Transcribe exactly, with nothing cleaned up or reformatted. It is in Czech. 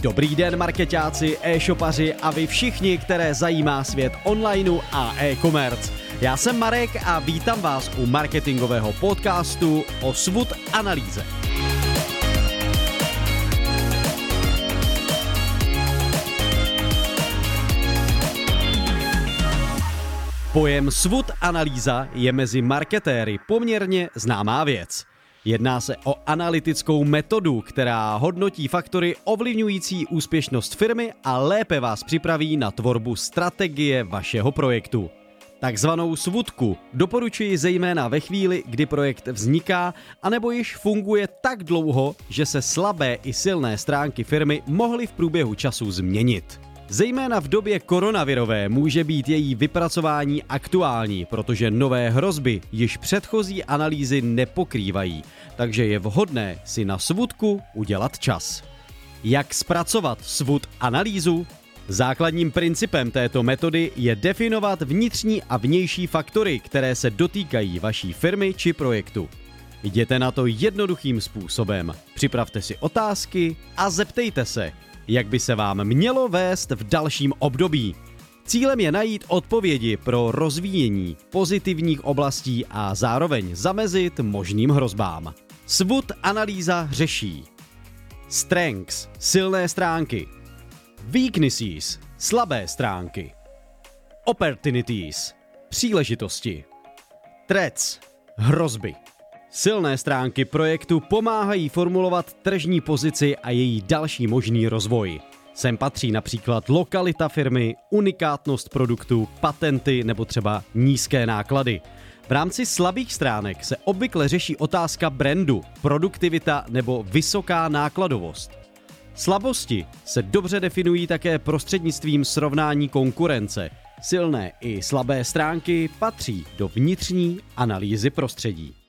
Dobrý den markeťáci, e-shopaři a vy všichni, které zajímá svět onlineu a e-commerce. Já jsem Marek a vítám vás u marketingového podcastu o S W O T analýze. Pojem S W O T analýza je mezi marketéry poměrně známá věc. Jedná se o analytickou metodu, která hodnotí faktory ovlivňující úspěšnost firmy a lépe vás připraví na tvorbu strategie vašeho projektu. Takzvanou svůdku doporučuji zejména ve chvíli, kdy projekt vzniká, anebo již funguje tak dlouho, že se slabé i silné stránky firmy mohly v průběhu času změnit. Zejména v době koronavirové může být její vypracování aktuální, protože nové hrozby již předchozí analýzy nepokrývají, takže je vhodné si na svůdku udělat čas. Jak zpracovat S W O T analýzu? Základním principem této metody je definovat vnitřní a vnější faktory, které se dotýkají vaší firmy či projektu. Jděte na to jednoduchým způsobem. Připravte si otázky a zeptejte se, jak by se vám mělo vést v dalším období. Cílem je najít odpovědi pro rozvíjení pozitivních oblastí a zároveň zamezit možným hrozbám. S W O T analýza řeší strengths, silné stránky, weaknesses, slabé stránky, opportunities, příležitosti, threats, hrozby. Silné stránky projektu pomáhají formulovat tržní pozici a její další možný rozvoj. Sem patří například lokalita firmy, unikátnost produktu, patenty nebo třeba nízké náklady. V rámci slabých stránek se obvykle řeší otázka brandu, produktivita nebo vysoká nákladovost. Slabosti se dobře definují také prostřednictvím srovnání konkurence. Silné i slabé stránky patří do vnitřní analýzy prostředí.